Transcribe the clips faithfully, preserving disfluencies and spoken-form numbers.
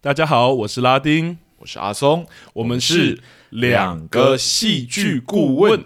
大家好，我是拉丁， 我是阿松， 我们是两个戏剧顾问。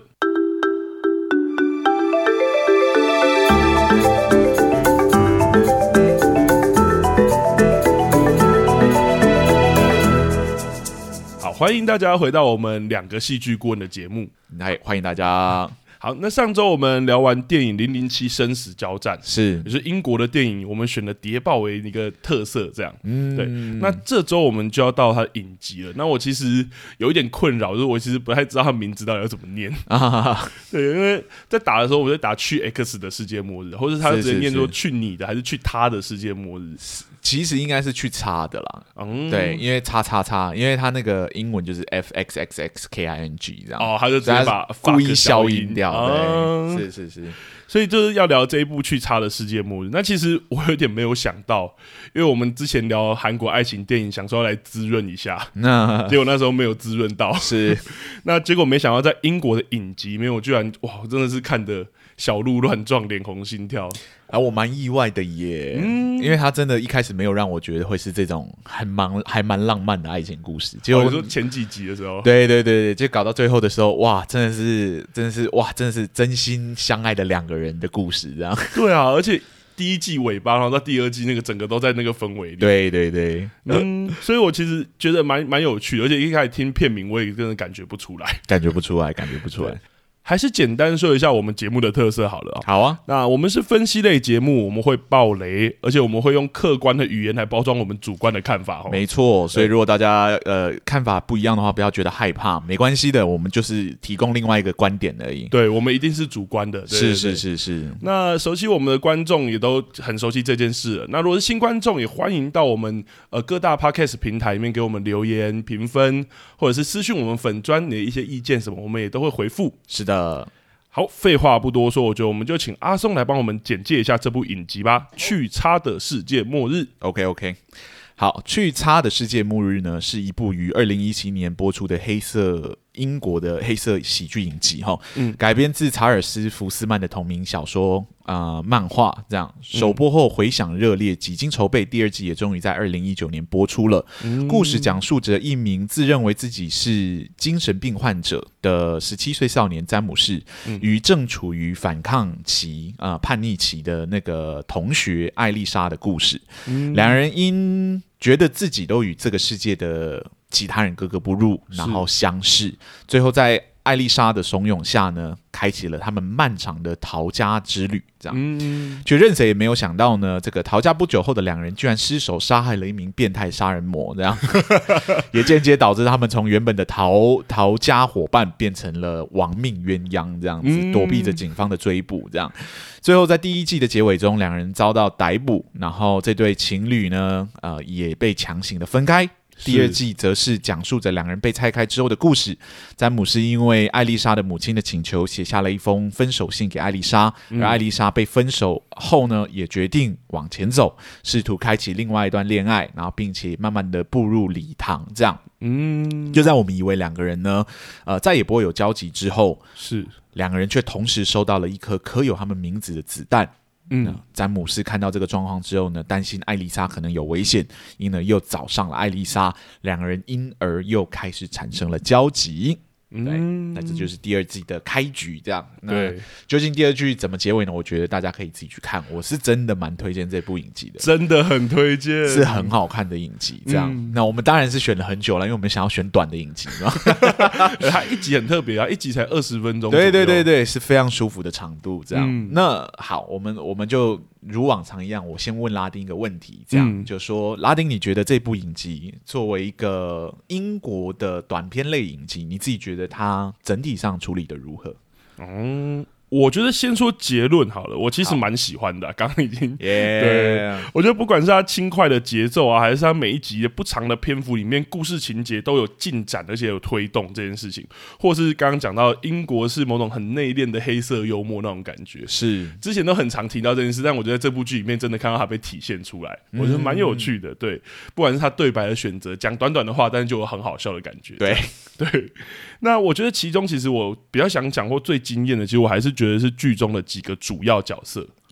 好，欢迎大家回到我们两个戏剧顾问的节目。 来，欢迎大家。 好，那上周我们聊完电影《零零七生死交战》， 是也是英国的电影，我们选了谍报为一个特色，这样。 嗯， 对。那这周我们就要到它的影集了。那我其实有一点困扰，就是我其实不太知道它名字到底要怎么念。啊、对，因为在打的时候，我在打去 X 的世界末日，或者他直接念说去你的，还是去他的世界末日？ 其实应该是去叉的啦，嗯，对，因为叉叉叉，因为他那个英文就是 F X X X K I N G 这样， 哦，他就直接把故意消音掉， 嗯、 对，是是是， 所以就是要聊这一部去叉的世界末日。那其实我有点没有想到，因为我们之前聊韩国爱情电影，想说要来滋润一下，那结果那时候没有滋润到， 是， 那结果没想到在英国的影集里面，我居然哇，真的是看得小鹿乱撞，脸红心跳。 啊，我蛮意外的耶，嗯，因为他真的一开始没有让我觉得会是这种很蛮还蛮浪漫的爱情故事，结果、 哦、你说前几集的时候， 对对对对，就搞到最后的时候，哇，真的是真的是哇，真的是真心相爱的两个人的故事，这样。对啊，而且第一季尾巴，然后到第二季那个整个都在那个氛围里， 对对对， 嗯，所以我其实觉得蛮蛮有趣的，而且一开始听片名我也真的感觉不出来， 感觉不出来，感觉不出来。 还是简单说一下我们节目的特色好了、哦。 好啊， 那我们是分析类节目，我们会爆雷，而且我们会用客观的语言来包装我们主观的看法、哦。 没错，所以如果大家呃看法不一样的话，不要觉得害怕，没关系的，我们就是提供另外一个观点而已。 对，我们一定是主观的。对对对， 是是是是。 那熟悉我们的观众也都很熟悉这件事了。那如果是新观众，也欢迎到我们呃各大 podcast 平台里面给我们留言、评分，或者是私讯我们粉专你的一些意见什么，我们也都会回复。 是的。 好，废话不多说，我觉得我们就请阿松来帮我们简介一下这部影集吧，《去叉的世界末日》。 OK OK， 好，《去叉的世界末日》呢是一部于二零一七年播出的黑色英国的黑色喜剧影集哈、嗯，改编自查尔斯·福斯曼的同名小说啊、呃、漫画，这样首播后回响热烈，几经筹备，第二季也终于在二零一九年播出了。嗯、故事讲述着一名自认为自己是精神病患者的十七岁少年詹姆士，嗯、与正处于反抗期啊、呃、叛逆期的那个同学艾丽莎的故事。嗯、两人因觉得自己都与这个世界的其他人格格不入，然后相识，最后在艾丽莎的怂恿下呢，开启了他们漫长的逃家之旅。这样，嗯，就任谁也没有想到呢，这个逃家不久后的两人居然失手杀害了一名变态杀人魔，这样也间接导致他们从原本的逃逃家伙伴变成了亡命鸳鸯，这样子、嗯、躲避着警方的追捕。这样，最后在第一季的结尾中，两人遭到逮捕，然后这对情侣呢，呃，也被强行的分开。第二季则是讲述着两人被拆开之后的故事。詹姆斯因为艾丽莎的母亲的请求，写下了一封分手信给艾丽莎，而艾丽莎被分手后呢，也决定往前走，试图开启另外一段恋爱，然后并且慢慢的步入礼堂。这样，嗯，就在我们以为两个人呢，呃，再也不会有交集之后，是两个人却同时收到了一颗刻有他们名字的子弹。嗯，詹姆斯看到这个状况之后呢，担心艾丽莎可能有危险，因而又找上了艾丽莎，两个人因而又开始产生了交集。对，嗯、那这就是第二季的开局，这样。对，究竟第二季怎么结尾呢？我觉得大家可以自己去看。我是真的蛮推荐这部影集的， 真的很推荐， 是很好看的影集。这样，嗯、那我们当然是选了很久了，因为我们想要选短的影集嘛。 它一集很特别啊，一集才二十分钟。 对对对对，是非常舒服的长度。这样，嗯、那好，我们我们就如往常一样，我先问拉丁一个问题，这样、嗯、就说拉丁，你觉得这部影集作为一个英国的短片类影集，你自己觉得它整体上处理的如何？嗯，我觉得先说结论好了，我其实蛮喜欢的、啊。刚刚已经， yeah. 对，我觉得不管是它轻快的节奏啊，还是它每一集的不长的篇幅里面，故事情节都有进展，而且有推动这件事情，或是刚刚讲到英国是某种很内敛的黑色幽默那种感觉，是之前都很常提到这件事，但我觉得这部剧里面真的看到它被体现出来，我觉得蛮有趣的。对，不管是他对白的选择，讲短短的话，但是就有很好笑的感觉。对对，那我觉得其中其实我比较想讲或最惊艳的，其实我还是觉得是剧中的几个主要角色。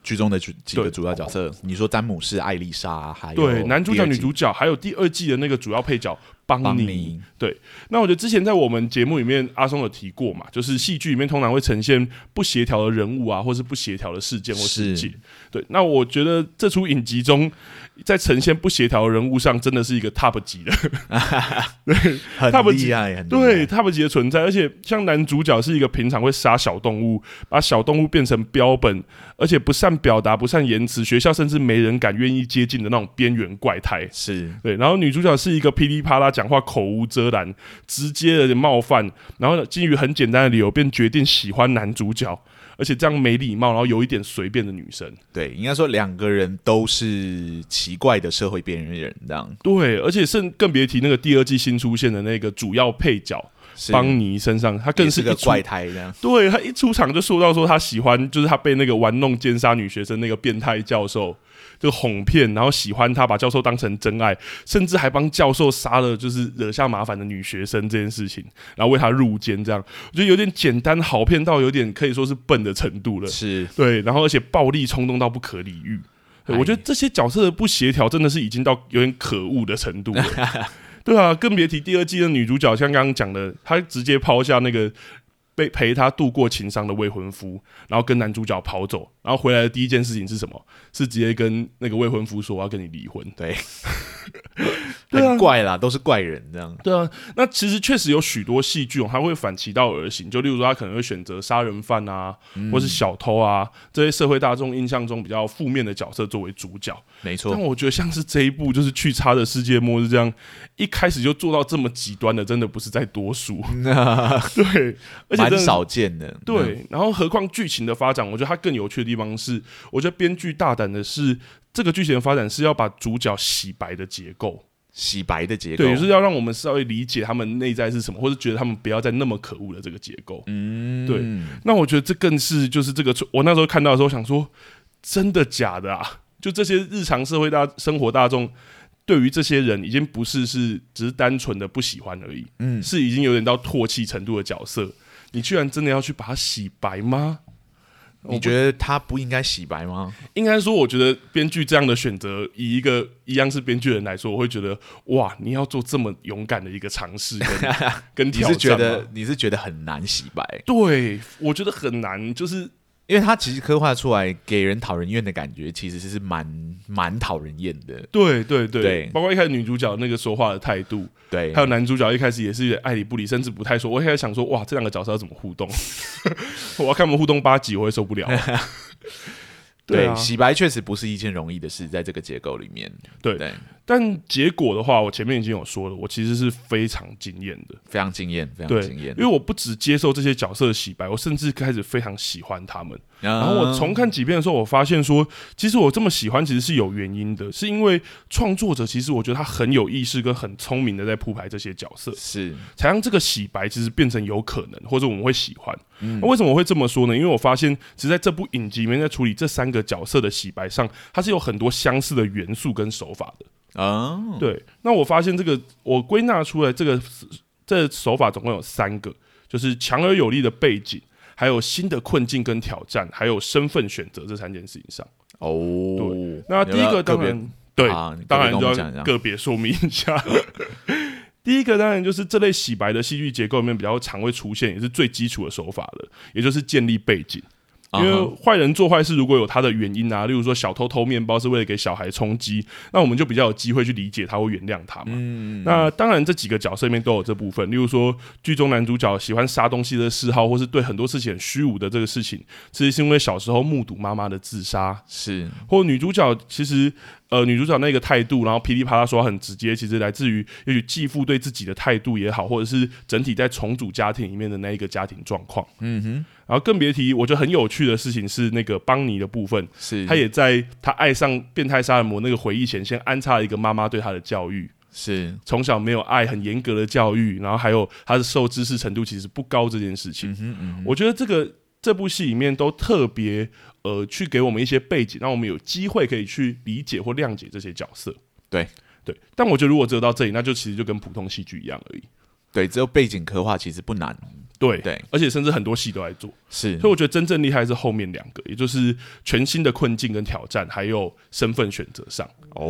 剧中的几个主要角色，你说詹姆士、艾丽莎，还有对男主角、女主角，还有第二季的那个主要配角邦尼。邦尼对，那我觉得之前在我们节目里面，阿松有提过嘛，就是戏剧里面通常会呈现不协调的人物啊，或是不协调的事件或世界。对，那我觉得这出影集中，在呈现不协调的人物上，真的是一个 top 级的，对， 很厉害，很厉害， 对 top 级的存在。而且像男主角是一个平常会杀小动物，把小动物变成标本，而且不善表达、不善言辞，学校甚至没人敢愿意接近的那种边缘怪胎。 是对，然后女主角是一个噼里啪啦讲话口无遮拦、直接的冒犯，然后基于很简单的理由便决定喜欢男主角。而且这样没礼貌，然后有一点随便的女生。 对，应该说两个人都是奇怪的社会边缘人，这样。 对，而且甚更别提那个第二季新出现的那个主要配角邦尼身上，他更是一个怪胎这样。 对，他一出场就说到说他喜欢，就是他被那个玩弄奸杀女学生那个变态教授就哄骗，然后喜欢他，把教授当成真爱，甚至还帮教授杀了就是惹下麻烦的女学生这件事情，然后为他入监，这样我觉得有点简单，好骗到有点可以说是笨的程度了。 是对，然后而且暴力冲动到不可理喻。我觉得这些角色的不协调真的是已经到有点可恶的程度了。对啊，更别提第二季的女主角，像刚刚讲的，她直接抛下那个被陪她度过情伤的未婚夫，然后跟男主角跑走，然后回来的第一件事情是什么？是直接跟那个未婚夫说我要跟你离婚。 对，很怪啦，都是怪人这样。 对啊，那其实确实有许多戏剧哦，他会反其道而行，就例如说他可能会选择杀人犯啊，嗯、或是小偷啊这些社会大众印象中比较负面的角色作为主角。 没错， 但我觉得像是这一部就是去差的世界末日这样，一开始就做到这么极端的，真的不是在多数。对，而且蛮少见的。 对，然后何况剧情的发展，我觉得它更有趣的地方是，我觉得编剧大胆的是，这个剧情的发展是要把主角洗白的结构。 洗白的结构， 对，就是要让我们稍微理解他们内在是什么，或者觉得他们不要再那么可恶的这个结构。嗯，对。那我觉得这更是就是这个，我那时候看到的时候想说，真的假的啊？就这些日常社会大生活大众，对于这些人已经不是是只是单纯的不喜欢而已，嗯，是已经有点到唾弃程度的角色，你居然真的要去把它洗白吗？ 你觉得他不应该洗白吗？ 应该说，我觉得编剧这样的选择，以一个一样是编剧人来说，我会觉得哇，你要做这么勇敢的一个尝试跟跟挑战， 你是觉得你是觉得很难洗白？ 对，我觉得很难，就是因为他其实刻画出来给人讨人厌的感觉，其实是蛮蛮讨人厌的。 对对 对, 对， 包括一开始女主角那个说话的态度， 对， 还有男主角一开始也是有点爱理不理，甚至不太说。我一开始想说，哇，这两个角色要怎么互动？我要看他们互动八集，我会受不了。 对， 对啊， 洗白确实不是一件容易的事，在这个结构里面。 对， 对， 但结果的话，我前面已经有说了，我其实是非常惊艳的， 非常惊艳，非常惊艳。 因为我不只接受这些角色的洗白，我甚至开始非常喜欢他们。然后我重看几遍的时候，我发现说，其实我这么喜欢其实是有原因的，是因为创作者其实我觉得他很有意识跟很聪明的在铺排这些角色， 是才让这个洗白其实变成有可能，或者我们会喜欢。嗯、那为什么我会这么说呢？因为我发现，其实在这部影集里面在处理这三个角色的洗白上，它是有很多相似的元素跟手法的。哦，对。那我发现这个，我归纳出来这个这个手法总共有三个，就是强而有力的背景。还有新的困境跟挑战，还有身份选择这三件事情上。哦，对，那第一个当然对，当然就要个别说明一下。第一个当然就是这类洗白的戏剧结构里面比较常会出现，也是最基础的手法了，也就是建立背景。因为坏人做坏事如果有他的原因啊，例如说小偷偷面包是为了给小孩充饥，那我们就比较有机会去理解他会原谅他嘛。嗯、那当然这几个角色里面都有这部分，例如说剧中男主角喜欢杀东西的嗜好，或是对很多事情很虚无的这个事情，其实是因为小时候目睹妈妈的自杀， 是或女主角其实。呃，女主角那个态度，然后噼里啪啦说很直接，其实来自于也许继父对自己的态度也好，或者是整体在重组家庭里面的那一个家庭状况。嗯哼，然后更别提，我觉得很有趣的事情是那个邦尼的部分， 是他也在他爱上变态杀人魔那个回忆前，先安插了一个妈妈对他的教育。 是从小没有爱，很严格的教育，然后还有他的受知识程度其实不高这件事情。嗯哼嗯哼，我觉得这个这部戏里面都特别。呃，去给我们一些背景，让我们有机会可以去理解或谅解这些角色。 对对，但我觉得如果只有到这里，那就其实就跟普通戏剧一样而已。 对，只有背景刻画其实不难。 对对， 而且甚至很多戏都在做， 是， 所以我觉得真正厉害是后面两个，也就是全新的困境跟挑战，还有身份选择上。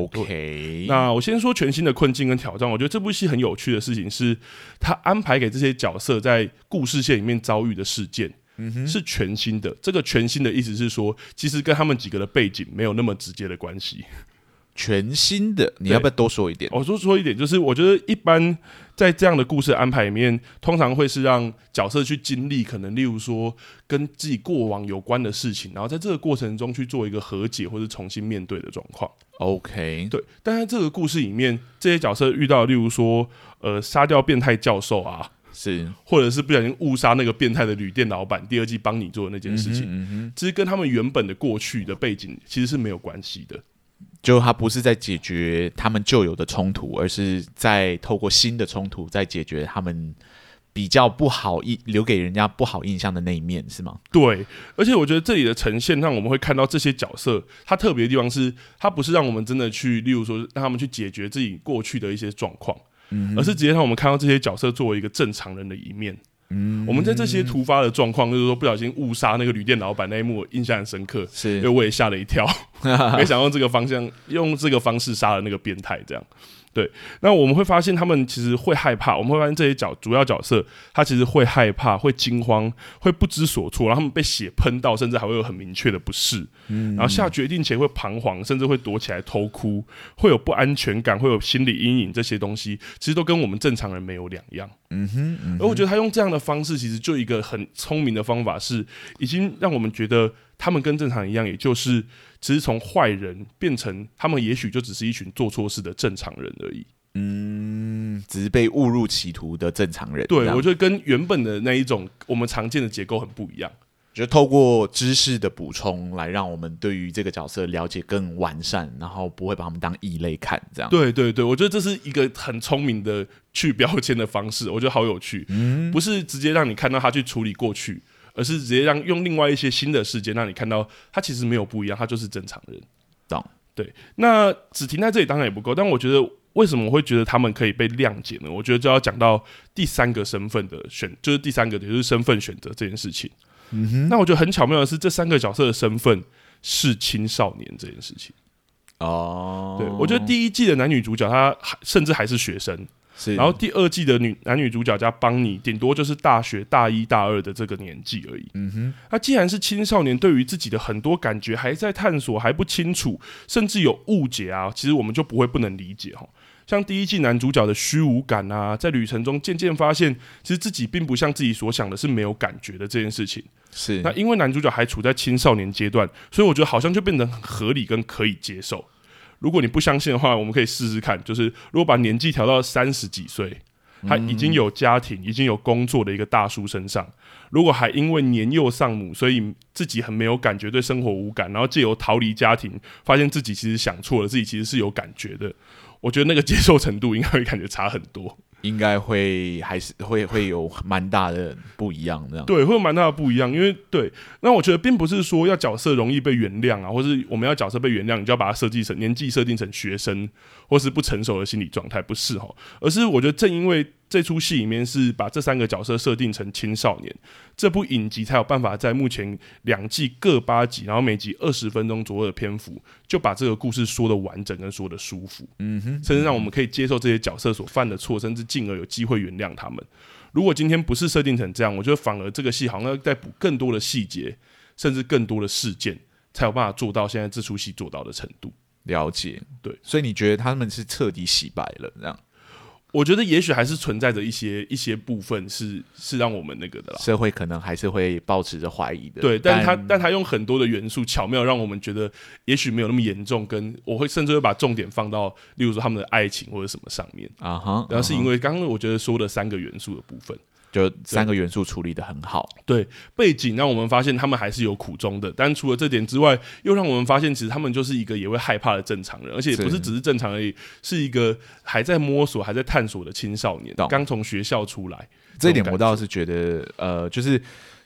OK， 那我先说全新的困境跟挑战，我觉得这部戏很有趣的事情是，他安排给这些角色在故事线里面遭遇的事件。嗯、是全新的，这个全新的意思是说，其实跟他们几个的背景没有那么直接的关系。 全新的，你要不要多说一点？ 我多说一点，就是我觉得一般在这样的故事安排里面，通常会是让角色去经历，可能例如说跟自己过往有关的事情，然后在这个过程中去做一个和解或是重新面对的状况。 OK， 对。但在这个故事里面，这些角色遇到，例如说，呃，杀掉变态教授啊。 是， 或者是不小心误杀那个变态的旅店老板，第二季帮你做的那件事情， 嗯嗯、 其实跟他们原本的过去的背景其实是没有关系的。 就他不是在解决他们旧有的冲突，而是在透过新的冲突，在解决他们比较不好印留给人家不好印象的那一面，是吗？ 对，而且我觉得这里的呈现让我们会看到这些角色，他特别的地方是，他不是让我们真的去，例如说让他们去解决自己过去的一些状况。而是直接让我们看到这些角色作为一个正常人的一面。嗯、我们在这些突发的状况，就是说不小心误杀那个旅店老板那一幕，我印象很深刻， 是因为我也吓了一跳，没想用这个方向，用这个方式杀了那个变态，这样。对，那我们会发现他们其实会害怕，我们会发现这些角主要角色他其实会害怕、会惊慌、会不知所措，然后他们被血喷到，甚至还会有很明确的不适，嗯、然后下决定前会彷徨，甚至会躲起来偷哭，会有不安全感，会有心理阴影，这些东西其实都跟我们正常人没有两样。嗯哼，嗯哼，而我觉得他用这样的方式，其实就一个很聪明的方法是，已经让我们觉得他们跟正常人一样，也就是只是从坏人变成他们，也许就只是一群做错事的正常人而已。 嗯，只是被误入歧途的正常人。 对，我觉得跟原本的那一种我们常见的结构很不一样。 就透过知识的补充，来让我们对于这个角色了解更完善，然后不会把他们当异类看，这样。 对对对，我觉得这是一个很聪明的去标签的方式，我觉得好有趣。嗯，不是直接让你看到他去处理过去，而是直接让用另外一些新的事件让你看到他其实没有不一样，他就是正常人。 懂？ 对，那只停在这里当然也不够，但我觉得为什么我会觉得他们可以被谅解呢？我觉得就要讲到第三个身份的选，就是第三个就是身份选择这件事情。嗯哼，那我觉得很巧妙的是，这三个角色的身份是青少年这件事情。哦，对，我觉得第一季的男女主角他甚至还是学生，是，然后第二季的女男女主角加邦尼，顶多就是大学大一大二的这个年纪而已。嗯哼，那既然是青少年，对于自己的很多感觉还在探索，还不清楚，甚至有误解啊，其实我们就不会不能理解哈。像第一季男主角的虚无感啊，在旅程中渐渐发现，其实自己并不像自己所想的是没有感觉的这件事情。是，那因为男主角还处在青少年阶段，所以我觉得好像就变得很合理跟可以接受。如果你不相信的话，我们可以试试看，就是如果把年纪调到三十几岁，他已经有家庭、已经有工作的一个大叔身上，如果还因为年幼丧母，所以自己很没有感觉，对生活无感，然后借由逃离家庭，发现自己其实想错了，自己其实是有感觉的。我觉得那个接受程度应该会感觉差很多， 应该会还是会会有蛮大的不一样，这样对，会有蛮大的不一样。因为对，那我觉得并不是说要角色容易被原谅啊，或是我们要角色被原谅，你就要把它设计成年纪设定成学生或是不成熟的心理状态，不是齁，而是我觉得正因为这出戏里面是把这三个角色设定成青少年，这部影集才有办法在目前两季各八集，然后每集二十分钟左右的篇幅，就把这个故事说的完整跟说的舒服，嗯哼，甚至让我们可以接受这些角色所犯的错，甚至进而有机会原谅他们。如果今天不是设定成这样，我觉得反而这个戏好像要再补更多的细节，甚至更多的事件，才有办法做到现在这出戏做到的程度。 了解， 对， 所以你觉得他们是彻底洗白了这样？ 我觉得也许还是存在着一些一些部分是是让我们那个的啦， 社会可能还是会抱持着怀疑的。 对，但他但他用很多的元素巧妙让我们觉得也许没有那么严重，跟我会甚至会把重点放到例如说他们的爱情或者什么上面啊哈，然后是因为刚刚我觉得说的三个元素的部分。 就三个元素处理得很好， 对背景让我们发现他们还是有苦衷的，但除了这点之外，又让我们发现其实他们就是一个也会害怕的正常人，而且不是只是正常而已，是一个还在摸索、还在探索的青少年，刚从学校出来。 这一点我倒是觉得，呃，就是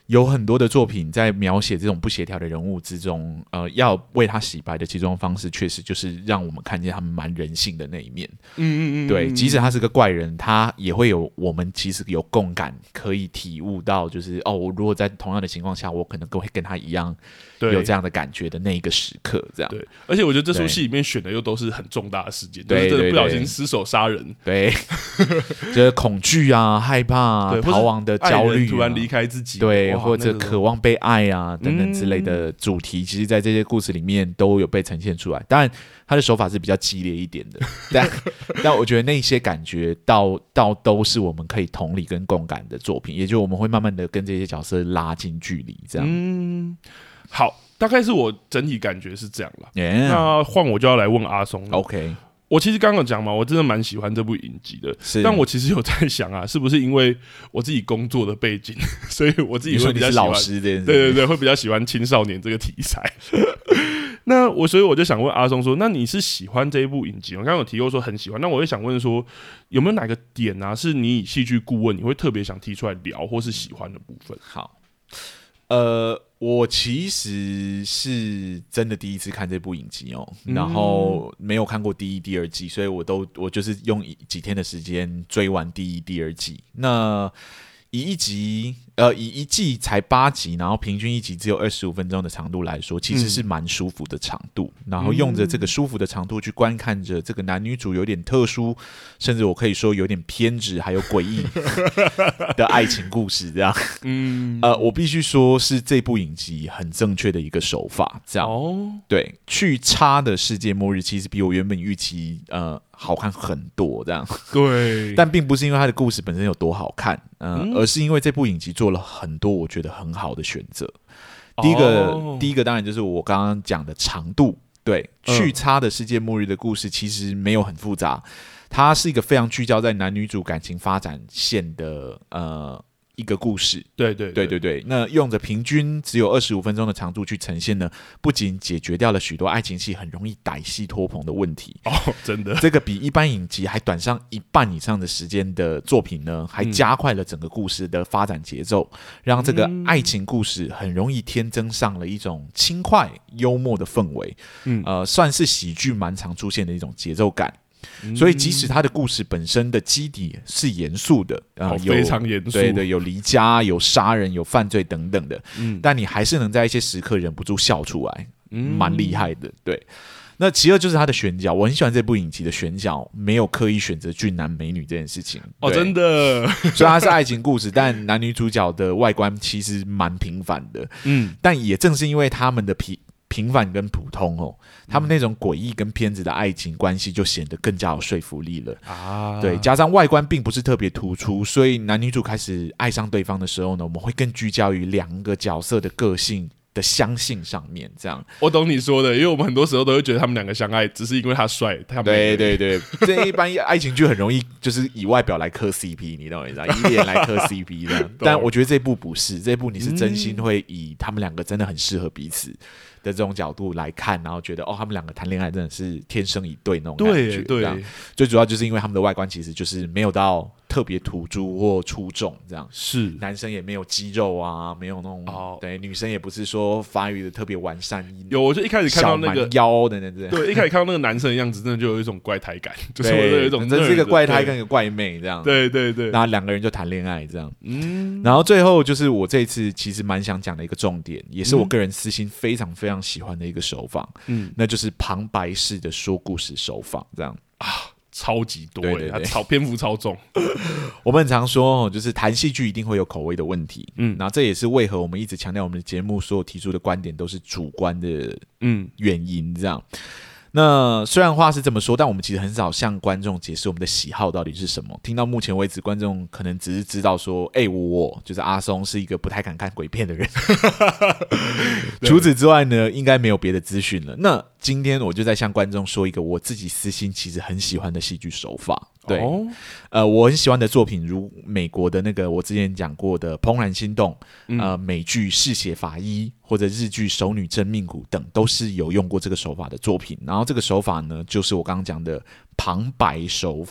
有很多的作品在描写这种不协调的人物之中，呃，要为他洗白的其中方式，确实就是让我们看见他们蛮人性的那一面。 嗯嗯嗯， 对，即使他是个怪人，他也会有我们其实有共感，可以体悟到，就是哦，我如果在同样的情况下，我可能会跟他一样有这样的感觉的那一个时刻，这样。 对，而且我觉得这出戏里面选的又都是很重大的事件，就是真的不小心失手杀人， 对，就是恐惧啊、害怕啊、逃亡的焦虑、啊， 突然离开自己， 对，或者渴望被爱啊等等之类的主题，嗯、其实在这些故事里面都有被呈现出来。当然，他的手法是比较激烈一点的，但但我觉得那些感觉到到都是我们可以同理跟共感的作品，也就我们会慢慢的跟这些角色拉近距离，这样。嗯， 好，大概是我整体感觉是这样啦。 Yeah. 那换我就要来问阿松了。 OK。 我其实刚刚讲嘛，我真的蛮喜欢这部影集的，但我其实有在想啊，是不是因为我自己工作的背景，所以我自己会比较喜欢， 你说你是老师这件事， 对对对，会比较喜欢青少年这个题材。那我所以我就想问阿松说，那你是喜欢这一部影集吗？我刚刚有提过说很喜欢，那我会想问说，有没有哪个点啊，是你以戏剧顾问你会特别想提出来聊，或是喜欢的部分？ 好。呃，我其实是真的第一次看这部影集哦，嗯、然后没有看过第一、第二季，所以我都我就是用几天的时间追完第一、第二季。那以一集呃以一季才八集，然后平均一集只有二十五分钟的长度来说，其实是蛮舒服的长度。嗯、然后用着这个舒服的长度去观看着这个男女主有点特殊，甚至我可以说有点偏执还有诡异的爱情故事，这样。嗯，呃，我必须说是这部影集很正确的一个手法，这样。哦，对，去插的世界末日其实比我原本预期呃。好看很多，这样对， 但并不是因为它的故事本身有多好看，呃嗯、而是因为这部影集做了很多我觉得很好的选择。第一个，哦、第一个当然就是我刚刚讲的长度，对，去插的世界末日的故事其实没有很复杂，它是一个非常聚焦在男女主感情发展线的呃。一个故事， 对对对对对，那用着平均只有二十五分钟的长度去呈现呢，不仅解决掉了许多爱情戏很容易歹戏拖棚的问题哦，真的， 这个比一般影集还短上一半以上的时间的作品呢，还加快了整个故事的发展节奏，嗯、让这个爱情故事很容易添增上了一种轻快幽默的氛围，嗯，呃，算是喜剧蛮常出现的一种节奏感。所以，即使他的故事本身的基底是严肃的， 呃，有非常严肃， 对对，有离家、有杀人、有犯罪等等的，嗯，但你还是能在一些时刻忍不住笑出来，嗯，蛮厉害的。对，那其二就是他的选角，我很喜欢这部影集的选角，没有刻意选择俊男美女这件事情。 哦，真的， 虽然它是爱情故事，但男女主角的外观其实蛮平凡的，嗯，但也正是因为他们的皮。平凡跟普通哦，他们那种诡异跟偏执的爱情关系就显得更加有说服力了啊！对，加上外观并不是特别突出，所以男女主开始爱上对方的时候呢，我们会更聚焦于两个角色的个性的相性上面。这样， 我懂你说的，因为我们很多时候都会觉得他们两个相爱，只是因为他帅。他对对对，这一般爱情剧很容易就是以外表来磕 C P， 你懂我意思？以脸来磕 C P 这样。但我觉得这部不是，这部你是真心会以他们两个真的很适合彼此的这种角度来看，然后觉得哦，他们两个谈恋爱真的是天生一对那种感觉。对对，最主要就是因为他们的外观其实就是没有到特别突出或出众，这样是男生也没有肌肉啊，没有那种、哦、对，女生也不是说发育的特别完善。 有，我就一开始看到那个腰的那种， 对，一开始看到那个男生的样子，真的就有一种怪胎感，就是有一种真是一个怪胎跟一个怪妹这样。 对对对， 然后两个人就谈恋爱这样。嗯，然后最后就是我这一次其实蛮想讲的一个重点，也是我个人私心非常非常喜欢的一个手法，嗯，那就是旁白式的说故事手法，这样啊，超级多，对对对，超篇幅超重。 我们很常说，就是谈戏剧一定会有口味的问题，嗯，然后这也是为何我们一直强调我们的节目所有提出的观点都是主观的，嗯，原因这样。那虽然话是这么说，但我们其实很少向观众解释我们的喜好到底是什么。听到目前为止，观众可能只是知道说，哎、欸，我就是阿松是一个不太敢看鬼片的人。除此之外呢，应该没有别的资讯了。那今天我就再向观众说一个我自己私心其实很喜欢的戏剧手法。对，哦、呃，我很喜欢的作品，如美国的那个我之前讲过的《怦然心动》，嗯、呃，美剧《嗜血法医》或者日剧《熟女真命苦》等，都是有用过这个手法的作品。然后这个手法呢，就是我刚刚讲的旁白手法。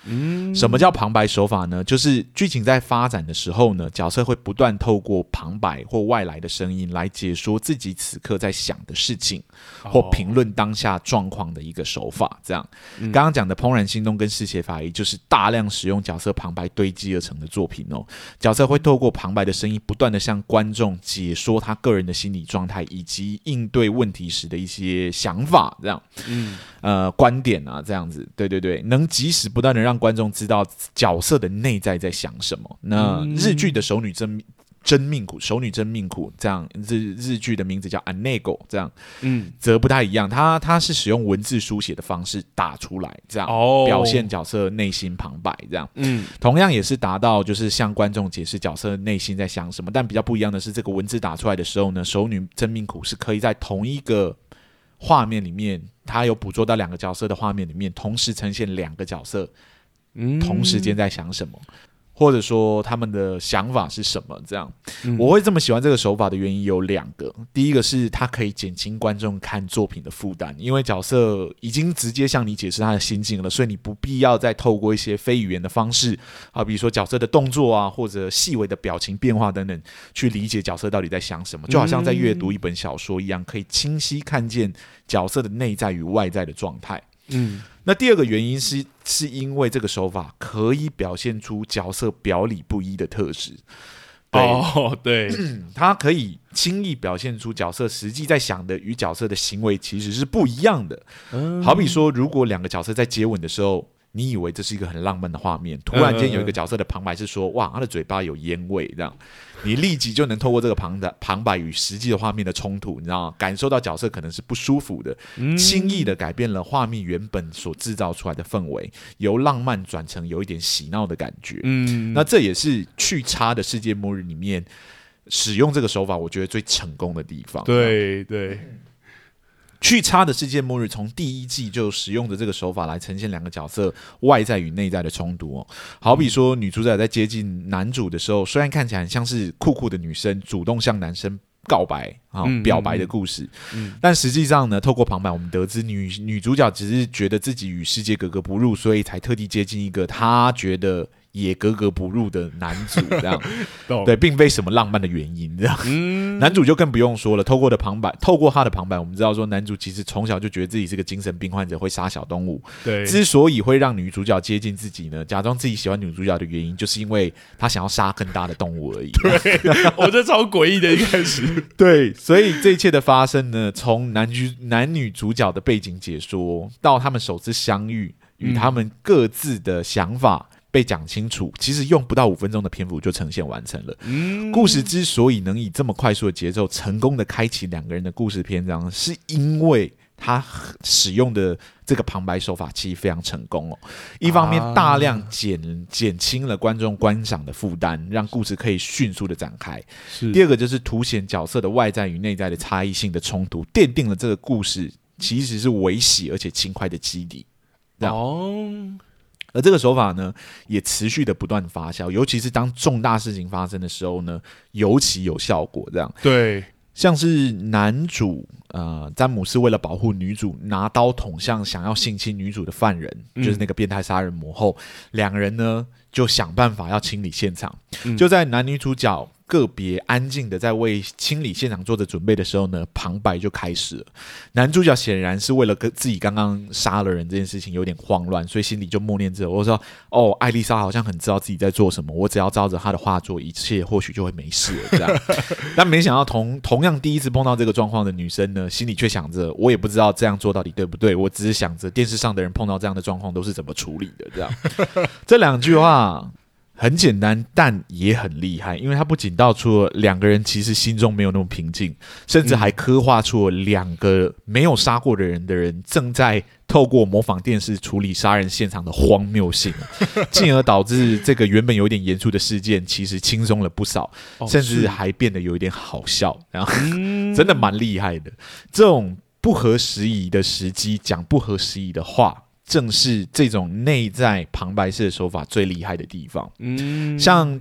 嗯，什么叫旁白手法呢？就是剧情在发展的时候呢，角色会不断透过旁白或外来的声音来解说自己此刻在想的事情，或评论当下状况的一个手法。这样，刚刚讲的《怦然心动》跟《嗜血法医》就是大量使用角色旁白堆积而成的作品哦。角色会透过旁白的声音，不断的向观众解说他个人的心理状态以及应对问题时的一些想法，这样，嗯，呃，观点啊，这样子，对对对，能及时不断的让观众知道角色的内在在想什么。那日剧的熟女真真命苦，熟女真命苦，这样日日剧的名字叫 Anego， 这样，嗯，则不太一样，它它是使用文字书写的方式打出来，这样、哦、表现角色内心旁白，这样，嗯，同样也是达到就是向观众解释角色内心在想什么，但比较不一样的是，这个文字打出来的时候呢，熟女真命苦是可以在同一个画面里面，它有捕捉到两个角色的画面里面，同时呈现两个角色，嗯，同时间在想什么。或者说他们的想法是什么这样、嗯、我会这么喜欢这个手法的原因有两个。第一个是它可以减轻观众看作品的负担，因为角色已经直接向你解释他的心境了，所以你不必要再透过一些非语言的方式啊，比如说角色的动作啊，或者细微的表情变化等等，去理解角色到底在想什么，就好像在阅读一本小说一样，可以清晰看见角色的内在与外在的状态。嗯，那第二个原因是，是因为这个手法可以表现出角色表里不一的特质。对， 哦，对， 它可以轻易表现出角色实际在想的与角色的行为其实是不一样的。嗯，好比说，如果两个角色在接吻的时候，你以为这是一个很浪漫的画面，突然间有一个角色的旁白是说：“哇，他的嘴巴有烟味。”这样，你立即就能透过这个旁的旁白与实际的画面的冲突，你知道吗？感受到角色可能是不舒服的，轻易的改变了画面原本所制造出来的氛围，由浪漫转成有一点喜闹的感觉。嗯，那这也是去差的世界末日里面使用这个手法，我觉得最成功的地方。 对对。 去差的世界末日从第一季就使用着这个手法来呈现两个角色外在与内在的冲突哦。好比说女主角在接近男主的时候，虽然看起来很像是酷酷的女生主动向男生告白啊、嗯、表白的故事、嗯嗯、但实际上呢，透过旁白我们得知 女, 女主角只是觉得自己与世界格格不入，所以才特地接近一个她觉得也格格不入的男主，这样对，并非什么浪漫的原因，这样、嗯、男主就更不用说了。透过的旁白，透过他的旁白，我们知道说男主其实从小就觉得自己是个精神病患者，会杀小动物。对，之所以会让女主角接近自己呢，假装自己喜欢女主角的原因，就是因为他想要杀更大的动物而已。 对，我觉得超诡异的一开始。 对，所以这一切的发生呢，从男主男女主角的背景解说到他们首次相遇与他们各自的想法。嗯，被讲清楚，其实用不到五分钟的篇幅就呈现完成了。嗯，故事之所以能以这么快速的节奏成功的开启两个人的故事篇章，是因为他使用的这个旁白手法其实非常成功哦。一方面大量减减轻了观众观赏的负担，让故事可以迅速的展开。第二个就是凸显角色的外在与内在的差异性的冲突，奠定了这个故事其实是微细而且轻快的基底。哦。而这个手法呢，也持续的不断发酵，尤其是当重大事情发生的时候呢，尤其有效果。这样，对，像是男主呃詹姆斯为了保护女主，拿刀捅向想要性侵女主的犯人，嗯、就是那个变态杀人魔后，两个人呢就想办法要清理现场。嗯、就在男女主角个别安静的在为清理现场做着准备的时候呢，旁白就开始了。男主角显然是为了自己刚刚杀了人这件事情有点慌乱，所以心里就默念着：“我说，哦，艾丽莎好像很知道自己在做什么，我只要照着她的话做，一切或许就会没事了。”这样，但没想到同同样第一次碰到这个状况的女生呢，心里却想着：“我也不知道这样做到底对不对，我只是想着电视上的人碰到这样的状况都是怎么处理的。”这样，这两句话。很简单，但也很厉害，因为他不仅道出了两个人其实心中没有那么平静，甚至还刻画出了两个没有杀过的人的人正在透过模仿电视处理杀人现场的荒谬性，进而导致这个原本有点严肃的事件其实轻松了不少，哦、甚至还变得有一点好笑，然后、嗯、真的蛮厉害的。这种不合时宜的时机讲不合时宜的话。正是这种内在旁白式的手法最厉害的地方。嗯，像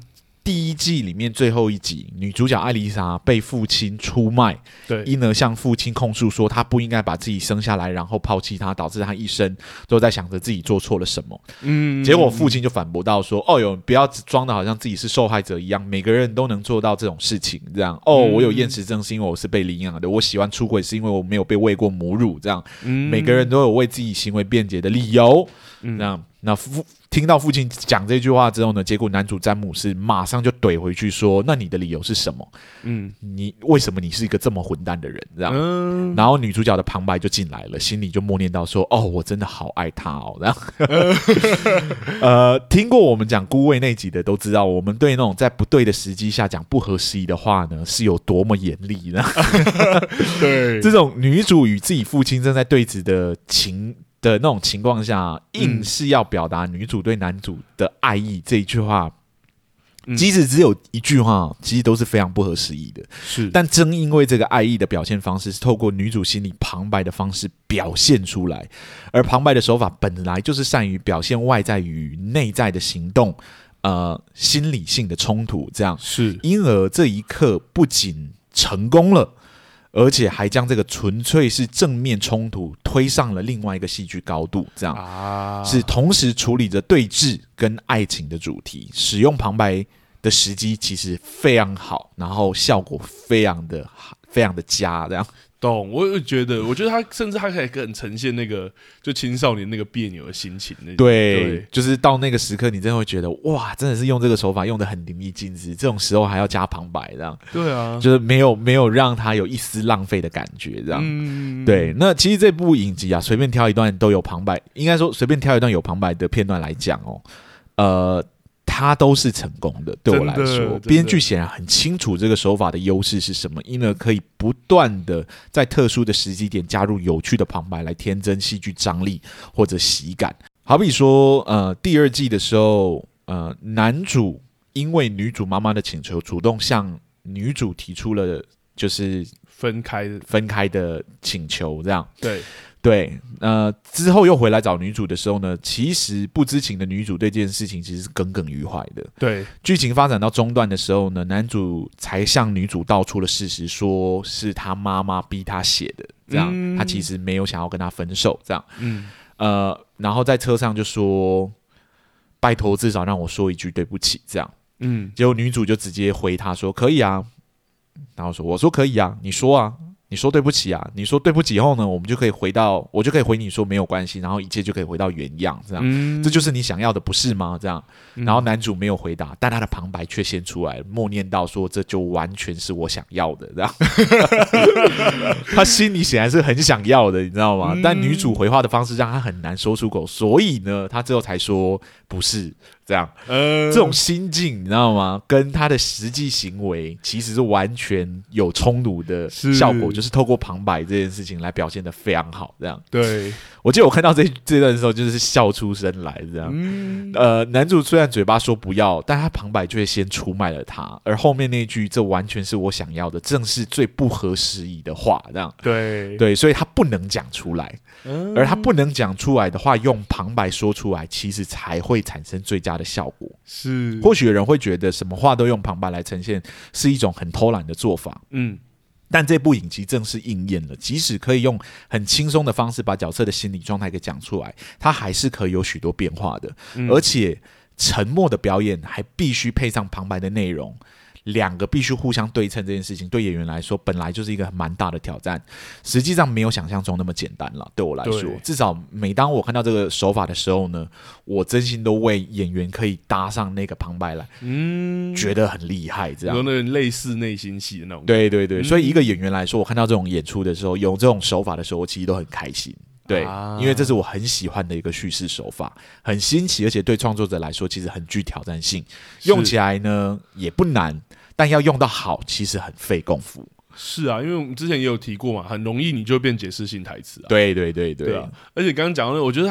第一季里面最后一集，女主角艾丽莎被父亲出卖， 对， 因而向父亲控诉说她不应该把自己生下来，然后抛弃她，导致她一生都在想着自己做错了什么。嗯，结果父亲就反驳到说：“哦哟，不要装的好像自己是受害者一样，每个人都能做到这种事情。这样哦，我有厌食症是因为我是被领养的，我喜欢出轨是因为我没有被喂过母乳。这样，嗯、每个人都有为自己行为辩解的理由。嗯、这样。”那父听到父亲讲这句话之后呢，结果男主詹姆斯马上就怼回去说：“那你的理由是什么？嗯，你为什么你是一个这么混蛋的人？”这样，嗯、然后女主角的旁白就进来了，心里就默念到说：“哦，我真的好爱他哦。”这样，呃，听过我们讲孤味那集的都知道，我们对那种在不对的时机下讲不合时宜的话呢，是有多么严厉的。对，这种女主与自己父亲正在对峙的情。的那种情况下，硬是要表达女主对男主的爱意，这一句话，嗯、即使只有一句话，其实都是非常不合时宜的。是，但正因为这个爱意的表现方式是透过女主心里旁白的方式表现出来，而旁白的手法本来就是善于表现外在与内在的行动，呃，心理性的冲突，这样是，因而这一刻不仅成功了。而且还将这个纯粹是正面冲突推上了另外一个戏剧高度，这样、啊、是同时处理着对峙跟爱情的主题，使用旁白的时机其实非常好，然后效果非常的非常的佳，这样。 懂，我也觉得，我觉得他甚至他可以更呈现那个就青少年那个别扭的心情。 对，对，就是到那个时刻，你真的会觉得哇，真的是用这个手法用得很淋漓尽致。这种时候还要加旁白，这样。 对啊， 就是没有没有让他有一丝浪费的感觉，这样。嗯、对，那其实这部影集啊，随便挑一段都有旁白，应该说随便挑一段有旁白的片段来讲哦，呃。它都是成功的，对我来说，编剧显然很清楚这个手法的优势是什么，因而可以不断的在特殊的时机点加入有趣的旁白来添增戏剧张力或者喜感。好比说，呃，第二季的时候，呃，男主因为女主妈妈的请求，主动向女主提出了就是分开的分开的请求，这样对。 对，呃，之后又回来找女主的时候呢，其实不知情的女主对这件事情其实是耿耿于怀的。对，剧情发展到中段的时候呢，男主才向女主道出了事实，说是他妈妈逼他写的，这样、嗯、他其实没有想要跟他分手，这样。嗯，呃，然后在车上就说，拜托至少让我说一句对不起，这样。嗯，结果女主就直接回他说可以啊，然后说我说可以啊，你说啊。你说对不起啊，你说对不起以后呢，我们就可以回到，我就可以回你说没有关系，然后一切就可以回到原样，这样、嗯，这就是你想要的，不是吗？这样，然后男主没有回答，但他的旁白却先出来，默念到说，这就完全是我想要的，这样，他心里显然是很想要的，你知道吗？嗯、但女主回话的方式让他很难说出口，所以呢，他最后才说不是。这样、呃，这种心境你知道吗？跟他的实际行为其实是完全有冲突的效果，是就是透过旁白这件事情来表现得非常好。这样，对我记得我看到这这段的时候，就是笑出声来。这样，嗯、呃，男主虽然嘴巴说不要，但他旁白却先出卖了他，而后面那句“这完全是我想要的”，正是最不合时宜的话。这样，对对，所以他不能讲出来。而他不能讲出来的话，用旁白说出来，其实才会产生最佳的效果。是，或许有人会觉得什么话都用旁白来呈现是一种很偷懒的做法。嗯，但这部影集正是应验了，即使可以用很轻松的方式把角色的心理状态给讲出来，它还是可以有许多变化的。嗯、而且沉默的表演还必须配上旁白的内容。两个必须互相对称这件事情，对演员来说本来就是一个蛮大的挑战，实际上没有想象中那么简单了。对我来说，至少每当我看到这个手法的时候呢，我真心都为演员可以搭上那个旁白来，嗯，觉得很厉害。这样有那种类似内心戏的那种， 对对对、嗯。所以一个演员来说，我看到这种演出的时候，有这种手法的时候，我其实都很开心。对、啊，因为这是我很喜欢的一个叙事手法，很新奇，而且对创作者来说其实很具挑战性。用起来呢也不难，但要用到好，其实很费功夫。 是啊，因为我们之前也有提过嘛，很容易你就变解释性台词啊。 对对对 对, 对啊！ 而且刚刚讲的，我觉得他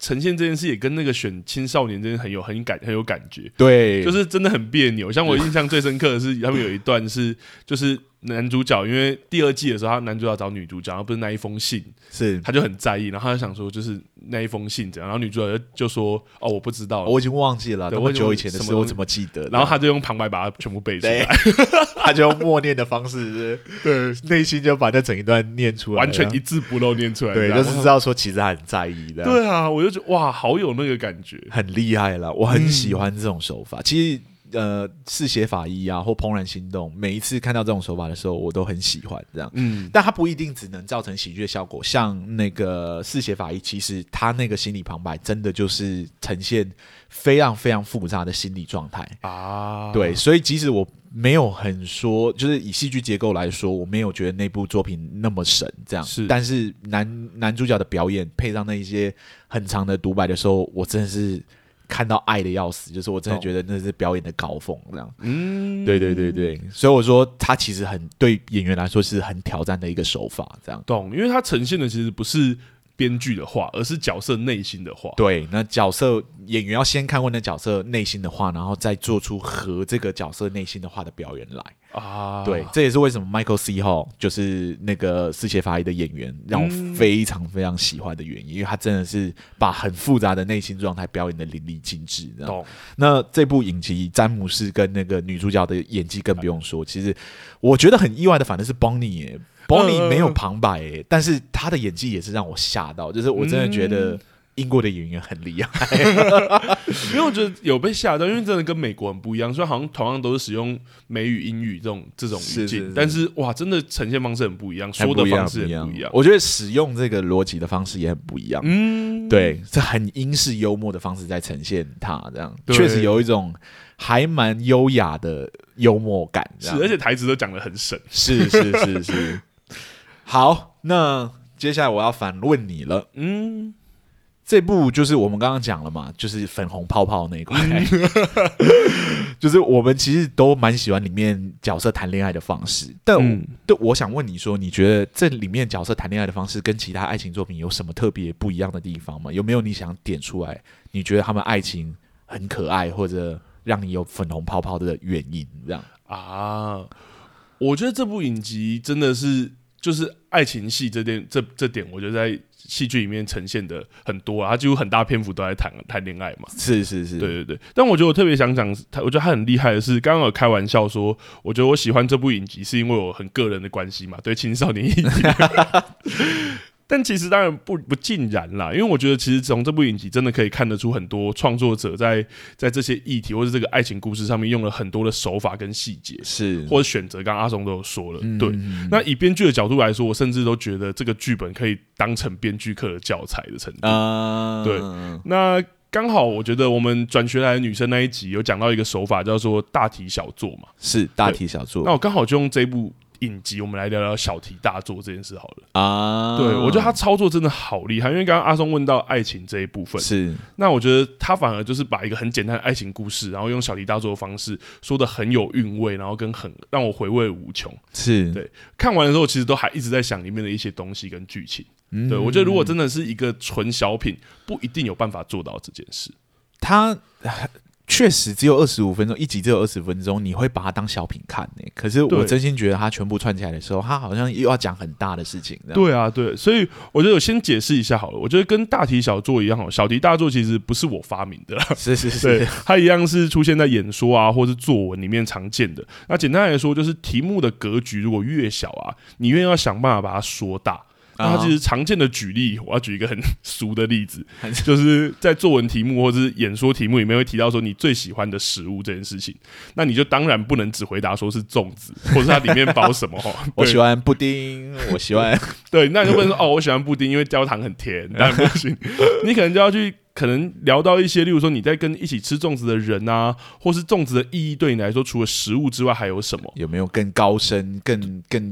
呈现这件事也跟那个选青少年真的很有很感很有感觉， 对， 就是真的很别扭。像我印象最深刻的是，他们有一段是就是男主角，因为第二季的时候，他男主角找女主角，然后不是那一封信， 是他就很在意，然后他就想说，就是那一封信怎样，然后女主角就就说：“哦，我不知道了， 我已经忘记了，那么久以前的事，我怎么记得？” 然后他就用旁白把它全部背出来， 他就用默念的方式，对，内心就把那整一段念出来， 完全一字不漏念出来， 对，就是知道说其实他很在意的。 对啊，我就觉得哇，好有那个感觉， 很厉害啦，我很喜欢这种手法。嗯、其实。呃，嗜血法医啊，或怦然心动，每一次看到这种手法的时候，我都很喜欢这样。嗯，但它不一定只能造成喜剧的效果。像那个嗜血法医，其实他那个心理旁白，真的就是呈现非常非常复杂的心理状态啊。对，所以即使我没有很说，就是以戏剧结构来说，我没有觉得那部作品那么神这样。是，但是男男主角的表演配上那一些很长的独白的时候，我真的是。看到爱的要死，就是我真的觉得那是表演的高峰，这样。嗯，对对对对，所以我说他其实很对演员来说是很挑战的一个手法，这样。 懂，因为他呈现的其实不是编剧的话，而是角色内心的话。 对，那角色演员要先看过那角色内心的话，然后再做出和这个角色内心的话的表演来。啊，对，这也是为什么 Michael C. Hall 就是那个嗜血法医的演员，让我非常非常喜欢的原因，因为他真的是把很复杂的内心状态表演的淋漓尽致。懂。那这部影集詹姆斯跟那个女主角的演技更不用说，其实我觉得很意外的，反正是 Bonnie 耶 ，Bonnie 没有旁白耶，但是他的演技也是让我吓到，就是我真的觉得。英国的演员很厉害， 因为我觉得有被吓到，因为真的跟美国很不一样，所以好像同样都是使用美语、英语这种这种语境，但是哇，真的呈现方式很不一样，说的方式很不一样。 我觉得使用这个逻辑的方式也很不一样，嗯，对，是很英式幽默的方式在呈现它，这样确实有一种还蛮优雅的幽默感， 是，而且台词都讲得很省， 是是是是。好，那接下来我要反问你了，嗯。这部就是我们刚刚讲了嘛，就是粉红泡泡那一块，就是我们其实都蛮喜欢里面角色谈恋爱的方式。但我、嗯、对我想问你说，你觉得这里面角色谈恋爱的方式跟其他爱情作品有什么特别不一样的地方吗？有没有你想点出来？你觉得他们爱情很可爱，或者让你有粉红泡泡的原因？这样啊？ 我觉得这部影集真的是就是爱情戏这点，这这点，我觉得在戏剧里面呈现的很多啊，他几乎很大篇幅都在谈谈恋爱嘛。 是是是， 对对对。但我觉得我特别想讲，我觉得他很厉害的是，刚刚有开玩笑说，我觉得我喜欢这部影集是因为我很个人的关系嘛，对青少年影集。但其实当然不不尽然啦，因为我觉得其实从这部影集真的可以看得出很多创作者在在这些议题或者这个爱情故事上面用了很多的手法跟细节，是或者选择。刚刚阿松都有说了，嗯、对。那以编剧的角度来说，我甚至都觉得这个剧本可以当成编剧课的教材的程度。啊、对，那刚好我觉得我们转学来的女生那一集有讲到一个手法叫做大题小做嘛， 是大题小做。 那我刚好就用这部影集，我们来聊聊小题大做这件事好了啊！对，我觉得他操作真的好厉害，因为刚刚阿松问到爱情这一部分，是那我觉得他反而就是把一个很简单的爱情故事，然后用小题大做的方式说的很有韵味，然后跟很让我回味无穷。是对，看完的时候其实都还一直在想里面的一些东西跟剧情。嗯、对我觉得如果真的是一个纯小品，不一定有办法做到这件事。 他。确实只有二十五分钟，一集只有二十分钟，你会把它当小品看呢、欸。可是我真心觉得它全部串起来的时候，它好像又要讲很大的事情。 对啊，对，所以我觉得我先解释一下好了。我觉得跟大题小做一样，小题大做其实不是我发明的啦， 是是是， 它一样是出现在演说啊或是作文里面常见的。那简单来说，就是题目的格局如果越小啊，你越要想办法把它说大。那它其实常见的举例，我要举一个很俗的例子，就是在作文题目或者是演说题目里面会提到说你最喜欢的食物这件事情，那你就当然不能只回答说是粽子，或是它里面包什么我喜欢布丁，我喜欢对，那你就不能说哦，我喜欢布丁，因为焦糖很甜，当然不行。你可能就要去可能聊到一些，例如说你在跟一起吃粽子的人啊，或是粽子的意义对你来说，除了食物之外还有什么？ 有没有更高深、更更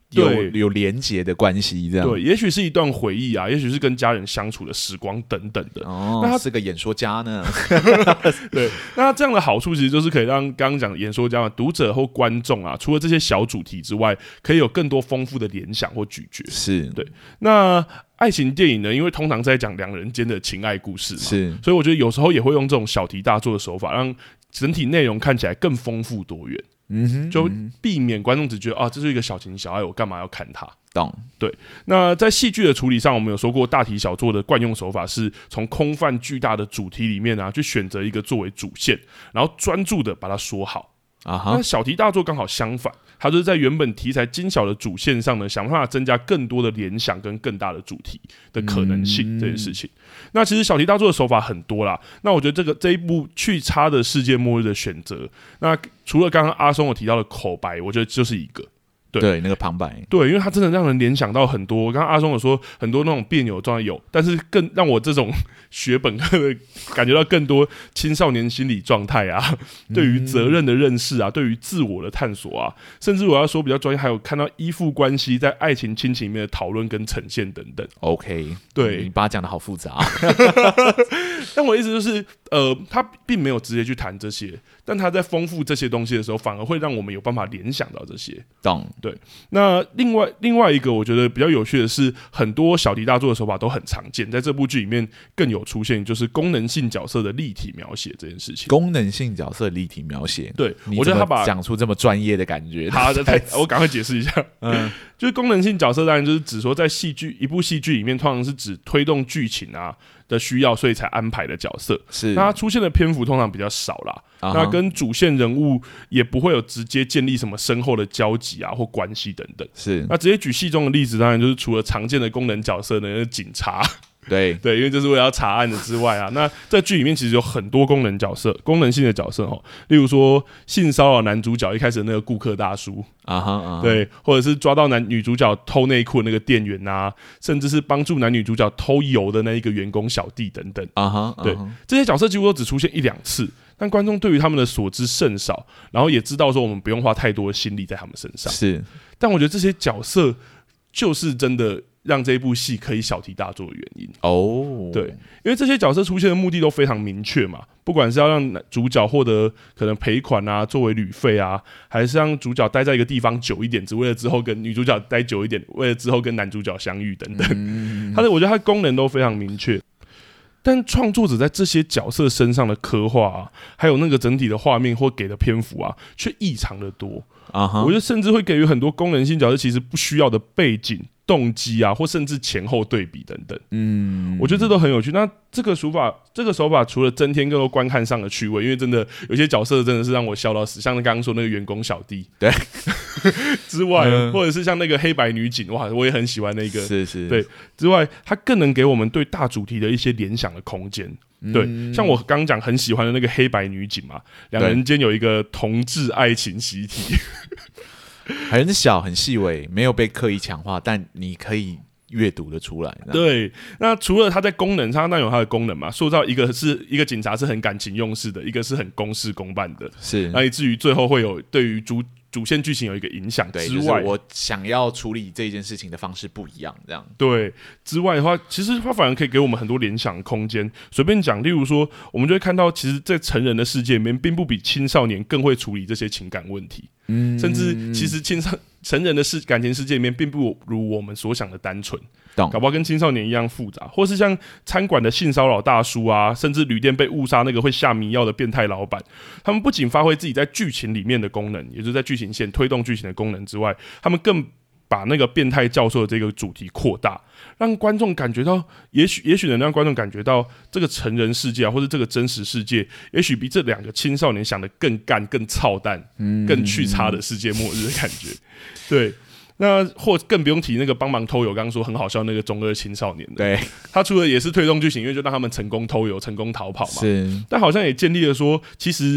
有有连结的关系，这样对，也许是一段回忆啊，也许是跟家人相处的时光等等的。 哦，那他是个演说家呢。 对，那这样的好处其实就是可以让刚刚讲的演说家嘛，读者或观众啊，除了这些小主题之外，可以有更多丰富的联想或咀嚼。 是， 对。那爱情电影呢，因为通常在讲两人间的情爱故事嘛， 是， 所以我觉得有时候也会用这种小题大做的手法，让整体内容看起来更丰富多元。嗯哼，就避免观众只觉得啊，这是一个小情小爱，我干嘛要看它？ 懂。 对。那在戏剧的处理上，我们有说过，大题小做的惯用手法是从空泛巨大的主题里面啊，去选择一个作为主线，然后专注的把它说好。啊哈，那小题大做刚好相反，它就是在原本题材精小的主线上呢，想办法增加更多的联想跟更大的主题的可能性、嗯、这件事情。那其实小题大做的手法很多啦，那我觉得这个这一部去差的世界末日的选择，那除了刚刚阿松有提到的口白，我觉得就是一个。对, 对，那个旁白， 对，因为它真的让人联想到很多。刚刚阿松有说很多那种别扭的状态有，但是更让我这种学本科的感觉到更多青少年心理状态啊，对于责任的认识啊，对于自我的探索啊，甚至我要说比较专业，还有看到依附关系在爱情亲情里面的讨论跟呈现等等。 OK， 对， 你把它讲得好复杂。 但我的意思就是，呃，他并没有直接去谈这些，但他在丰富这些东西的时候，反而会让我们有办法联想到这些。 懂。 对，那另外另外一个我觉得比较有趣的是，很多小题大做的手法都很常见，在这部剧里面更有出现，就是功能性角色的立体描写这件事情。 功能性角色立体描写， 对，我觉得他把讲出这么专业的感觉， 他太，我赶快解释一下，嗯，就是功能性角色当然就是指说在戏剧一部戏剧里面，通常是指推动剧情啊的需要，所以才安排的角色。 是， 那他出现的篇幅通常比较少啦。Uh-huh. 那跟主线人物也不会有直接建立什么深厚的交集啊或关系等等。 是， 那直接举戏中的例子，当然就是除了常见的功能角色呢，警察。 对对，因为这是为了要查案的之外啊，那在剧里面其实有很多功能角色、功能性的角色哦，例如说性骚扰男主角一开始的那个顾客大叔啊哈、uh-huh, uh-huh. 对，或者是抓到男女主角偷内裤的那个店员啊，甚至是帮助男女主角偷油的那一个员工小弟等等啊哈、uh-huh, uh-huh. 对，这些角色几乎都只出现一两次，但观众对于他们的所知甚少，然后也知道说我们不用花太多的心力在他们身上。 是， 但我觉得这些角色就是真的让这一部戏可以小题大做的原因哦，对，因为这些角色出现的目的都非常明确嘛，不管是要让主角获得可能赔款啊，作为旅费啊，还是让主角待在一个地方久一点，只为了之后跟女主角待久一点，为了之后跟男主角相遇等等。嗯、他的我觉得他的功能都非常明确，但创作者在这些角色身上的刻画啊，还有那个整体的画面或给的篇幅啊，却异常的多。Uh-huh. 我觉得甚至会给予很多功能性角色其实不需要的背景、动机啊，或甚至前后对比等等。嗯，我觉得这都很有趣。那这个手法，这个手法除了增添更多观看上的趣味，因为真的有些角色真的是让我笑到死，像刚刚说那个员工小弟，对之外、嗯，或者是像那个黑白女警，哇，我也很喜欢那个， 是是， 对之外，它更能给我们对大主题的一些联想的空间。对，像我刚讲很喜欢的那个黑白女警嘛，两人间有一个同志爱情习题， 很小很细微，没有被刻意强化，但你可以阅读的出来。 对，那除了它在功能上，那有它的功能嘛，塑造一个是一个警察是很感情用事的，一个是很公事公办的， 是， 那以至于最后会有对于主。主线剧情有一个影响之外， 就是我想要处理这件事情的方式不一样，这样对之外的话，其实它反而可以给我们很多联想的空间。随便讲，例如说，我们就会看到，其实，在成人的世界里面，并不比青少年更会处理这些情感问题。嗯，甚至其实青少成人的世感情世界里面，并不如我们所想的单纯。搞不好跟青少年一样复杂，或是像餐馆的性骚扰大叔啊，甚至旅店被误杀那个会下迷药的变态老板，他们不仅发挥自己在剧情里面的功能，也就是在剧情线推动剧情的功能之外，他们更把那个变态教授的这个主题扩大，让观众感觉到，也许也许能让观众感觉到这个成人世界啊，或者这个真实世界，也许比这两个青少年想的更干、更操蛋、更去差的世界末日的感觉，对。那或更不用提那个帮忙偷油，刚刚说很好笑那个中二青少年的， 对， 他除了也是推动剧情，因为就让他们成功偷油、成功逃跑嘛， 是， 但好像也建立了说，其实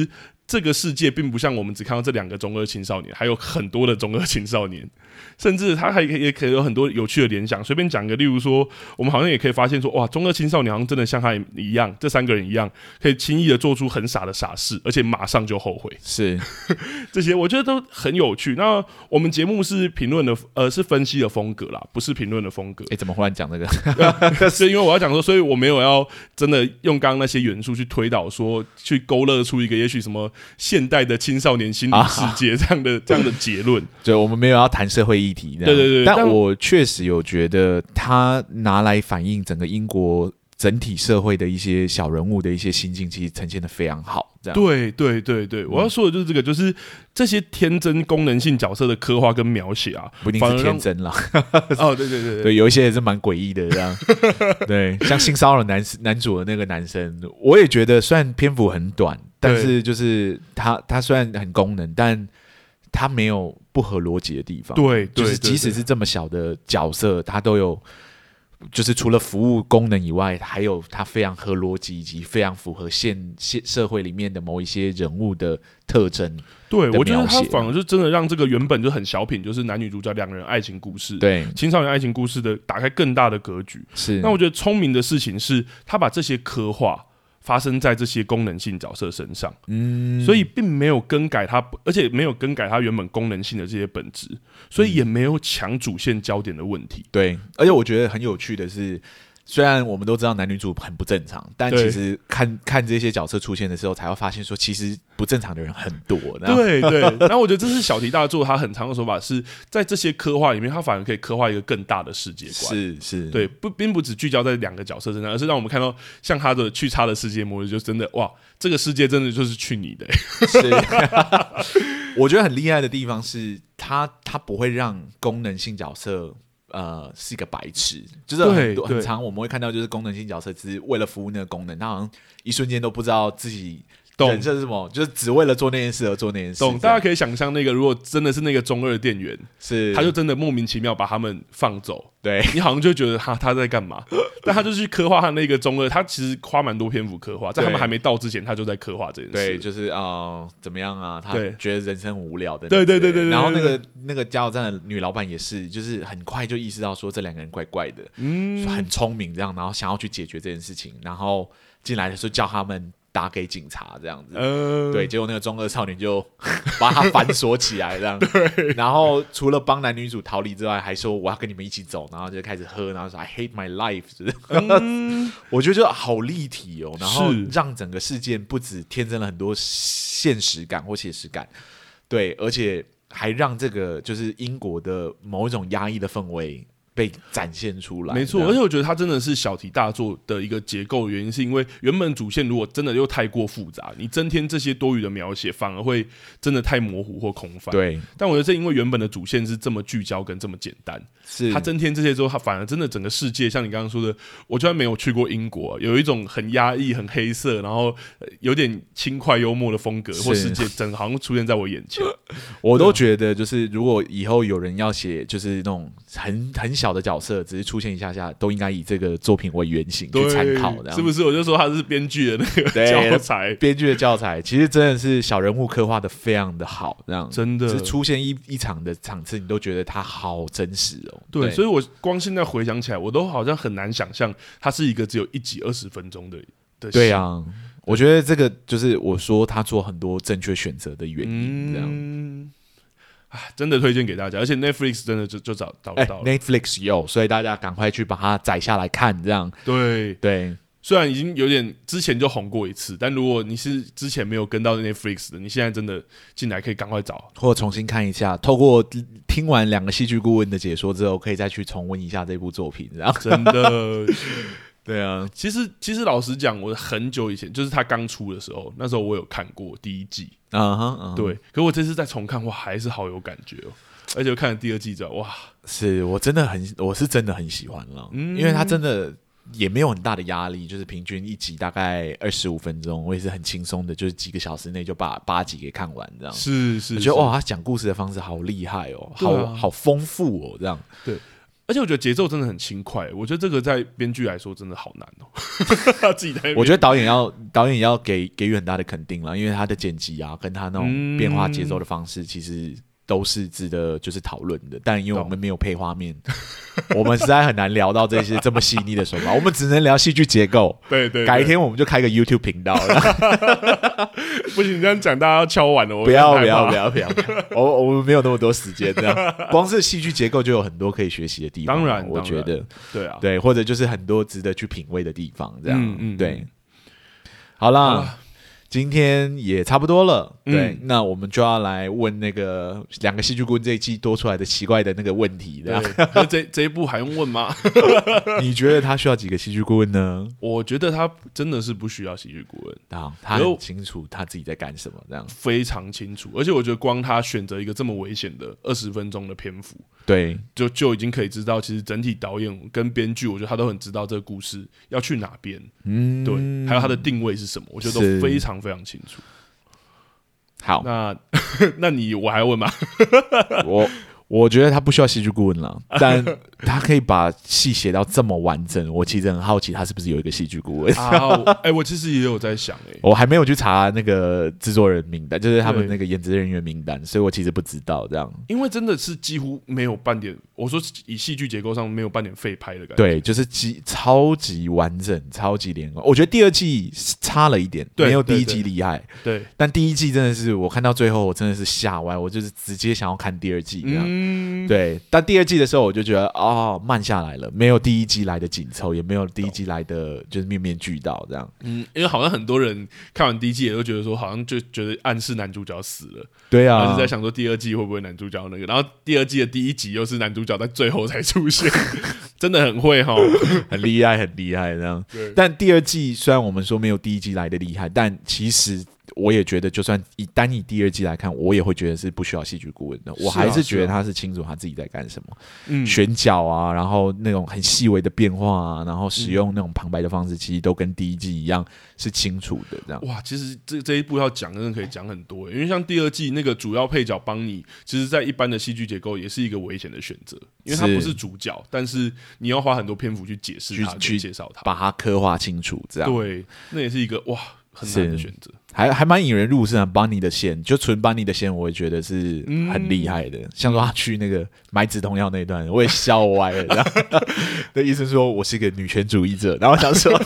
这个世界并不像我们只看到这两个中二青少年，还有很多的中二青少年，甚至他还也可以有很多有趣的联想。随便讲个，例如说，我们好像也可以发现说，哇，中二青少年好像真的像他一样，这三个人一样，可以轻易的做出很傻的傻事，而且马上就后悔。 是这些，我觉得都很有趣。那我们节目是评论的，呃，是分析的风格啦，不是评论的风格。 哎、欸，怎么忽然讲这个？ 是因为我要讲说，所以我没有要真的用刚刚那些元素去推导说，去勾勒出一个也许什么现代的青少年心理世界这样的、啊、这样的结论。 对，我们没有要谈社会议题。 对对对， 但, 但我确实有觉得他拿来反映整个英国整体社会的一些小人物的一些心境，其实呈现的非常好。这样对对对对，我要说的就是这个，就是这些天真功能性角色的刻画跟描写啊， 不一定是天真啦。 哦，对对对 对, 对，有一些也是蛮诡异的这样。对，像性骚扰男男主的那个男生，我也觉得虽然篇幅很短，但是就是他他虽然很功能，但他没有不合逻辑的地方。 对，对就是即使是这么小的角色，他都有。就是除了服务功能以外，还有它非常合逻辑以及非常符合现现社会里面的某一些人物的特征。 对，我觉得他反而就真的让这个原本就很小品，就是男女主角两个人爱情故事， 对青少年爱情故事的打开更大的格局。 是， 那我觉得聪明的事情是，他把这些刻画发生在这些功能性角色身上，嗯，所以并没有更改它，而且没有更改它原本功能性的这些本质，所以也没有抢主线焦点的问题。 对，而且我觉得很有趣的是，虽然我们都知道男女主很不正常，但其实看看这些角色出现的时候，才会发现说，其实不正常的人很多。 对对，然后我觉得这是小题大做，他很常的说法是在这些刻画里面，他反而可以刻画一个更大的世界观。 是是， 对，不并不只聚焦在两个角色身上，而是让我们看到像他的去差的世界末日，就真的哇，这个世界真的就是去你的、欸。 是，我觉得很厉害的地方是他他不会让功能性角色。呃，是一个白痴，就是很多很常我们会看到，就是功能性角色只是为了服务那个功能，他好像一瞬间都不知道自己人生是什么，就是只为了做那件事而做那件事。 懂，大家可以想象那个，如果真的是那个中二店员， 是他就真的莫名其妙把他们放走， 对你好像就觉得他他在干嘛，但他就去刻画他那个中二，他其实花蛮多篇幅刻画，在他们还没到之前，他就在刻画这件事。 对，就是啊、呃，怎么样啊？他觉得人生很无聊的。 对对对对对。 然后那个那个加油站的女老板也是，就是很快就意识到说这两个人怪怪的，嗯，很聪明这样，然后想要去解决这件事情，然后进来的时候叫他们。打给警察这样子，呃、对，结果那个中二少年就把他反锁起来这样， 对， 然后除了帮男女主逃离之外，还说我要跟你们一起走，然后就开始喝，然后说 I hate my life， 嗯、我觉得就好立体哦，然后让整个事件不止添增了很多现实感或写实感，对，而且还让这个就是英国的某一种压抑的氛围。被展现出来， 没错，而且我觉得它真的是小题大做的一个结构，原因是因为原本主线如果真的又太过复杂，你增添这些多余的描写，反而会真的太模糊或空泛。 对， 但我觉得这因为原本的主线是这么聚焦跟这么简单， 是它增添这些之后，它反而真的整个世界，像你刚刚说的，我居然没有去过英国，有一种很压抑、很黑色，然后有点轻快幽默的风格或世界，整好像出现在我眼前。 我都觉得，就是如果以后有人要写，就是那种很很小的角色，只是出现一下下，都应该以这个作品为原型去参考， 是不是？我就说他是编剧的那个教材， 编剧的教材，其实真的是小人物刻画的非常的好，这样真的， 是出现一一场的场次，你都觉得他好真实哦。 对，对所以我光现在回想起来，我都好像很难想象，它是一个只有一集二十分钟的的戏。 对啊，我觉得这个就是我说他做很多正确选择的原因，这样。 嗯真的推荐给大家，而且 Netflix 真的就就找找得到了、 欸、，Netflix 有，所以大家赶快去把它载下来看，这样。 对对， 虽然已经有点之前就红过一次，但如果你是之前没有跟到 Netflix 的，你现在真的进来可以赶快找， 或者重新看一下。透过听完两个戏剧顾问的解说之后，可以再去重温一下这部作品，这样。 真的。 对啊， 其实其实老实讲，我很久以前就是他刚出的时候，那时候我有看过第一季啊哈，uh huh, uh huh. 对，可我这次再重看，哇，还是好有感觉哦。而且我看了第二季之后，哇， 是我真的很，我是真的很喜欢了，嗯、因为他真的也没有很大的压力，就是平均一集大概二十五分钟，我也是很轻松的，就是几个小时内就把八集给看完，这样。 是是， 我觉得哇，他讲故事的方式好厉害哦，好、啊、好丰富哦，这样。 对。 而且我觉得节奏真的很轻快，我觉得这个在编剧来说真的好难哦。自己在， 我觉得导演要导演要给给予很大的肯定了，因为他的剪辑啊，跟他那种变化节奏的方式，其实都是值得就是讨论的。但因为我们没有配画面，我们实在很难聊到这些这么细腻的手法，我们只能聊戏剧结构。 对 对, 对， 改天我们就开个 YouTube 频道了。 不行，你这样讲大家要敲碗了。我不要不要不要不要，我我们没有那么多时间，这样光是戏剧结构就有很多可以学习的地方。 当然， 我觉得对啊， 对，或者就是很多值得去品味的地方，这样。嗯嗯，对。好啦。好今天也差不多了，对，嗯、那我们就要来问那个两个戏剧顾问这一季多出来的奇怪的那个问题了。 对，这这一部还用问吗？ 你觉得他需要几个戏剧顾问呢？ 我觉得他真的是不需要戏剧顾问， 啊，他很清楚他自己在干什么，这样非常清楚。而且我觉得光他选择一个这么危险的二十分钟的篇幅， 对， 就就已经可以知道，其实整体导演跟编剧，我觉得他都很知道这个故事要去哪边，嗯，对，还有他的定位是什么，我觉得都非常非常清楚。 好， 那那你我还要问吗？ 我我觉得他不需要戏剧顾问了，但他可以把戏写到这么完整，我其实很好奇他是不是有一个戏剧顾问。 哎、啊欸，我其实也有在想、欸， 我还没有去查那个制作人名单，就是他们那个演职人员名单，所以我其实不知道这样。 因为真的是几乎没有半点，我说以戏剧结构上没有半点废拍的感觉。 对，就是超级完整，超级连贯。我觉得第二季差了一点，没有第一季厉害。 对，对但第一季真的是我看到最后，我真的是吓歪，我就是直接想要看第二季这样。嗯，对，但第二季的时候我就觉得哦，慢下来了，没有第一季来的紧凑，也没有第一季来的就是面面俱到这样。 嗯，因为好像很多人看完第一季也都觉得说，好像就觉得暗示男主角死了。 对啊， 然后就在想说第二季会不会男主角那个，然后第二季的第一集又是男主角在最后才出现，真的很会齁， 很厉害，很厉害这样。但第二季虽然我们说没有第一季来的厉害，但其实我也觉得，就算以单以第二季来看，我也会觉得是不需要戏剧顾问的。我还是觉得他是清楚他自己在干什么，嗯，选角啊，然后那种很细微的变化啊，然后使用那种旁白的方式，其实都跟第一季一样是清楚的。这样哇，其实这这一部要讲，真的可以讲很多，因为像第二季那个主要配角邦尼，其实在一般的戏剧结构也是一个危险的选择，因为他不是主角，但是你要花很多篇幅去解释他，去介绍他， 把他刻画清楚，这样对，那也是一个哇。很难的选择， 还还蛮引人入胜啊！邦尼的线，就纯邦尼的线，我也觉得是很厉害的。嗯、像说他去那个买止痛药那一段，我也笑歪了。然后那医生说我是一个女权主义者，然后我想说，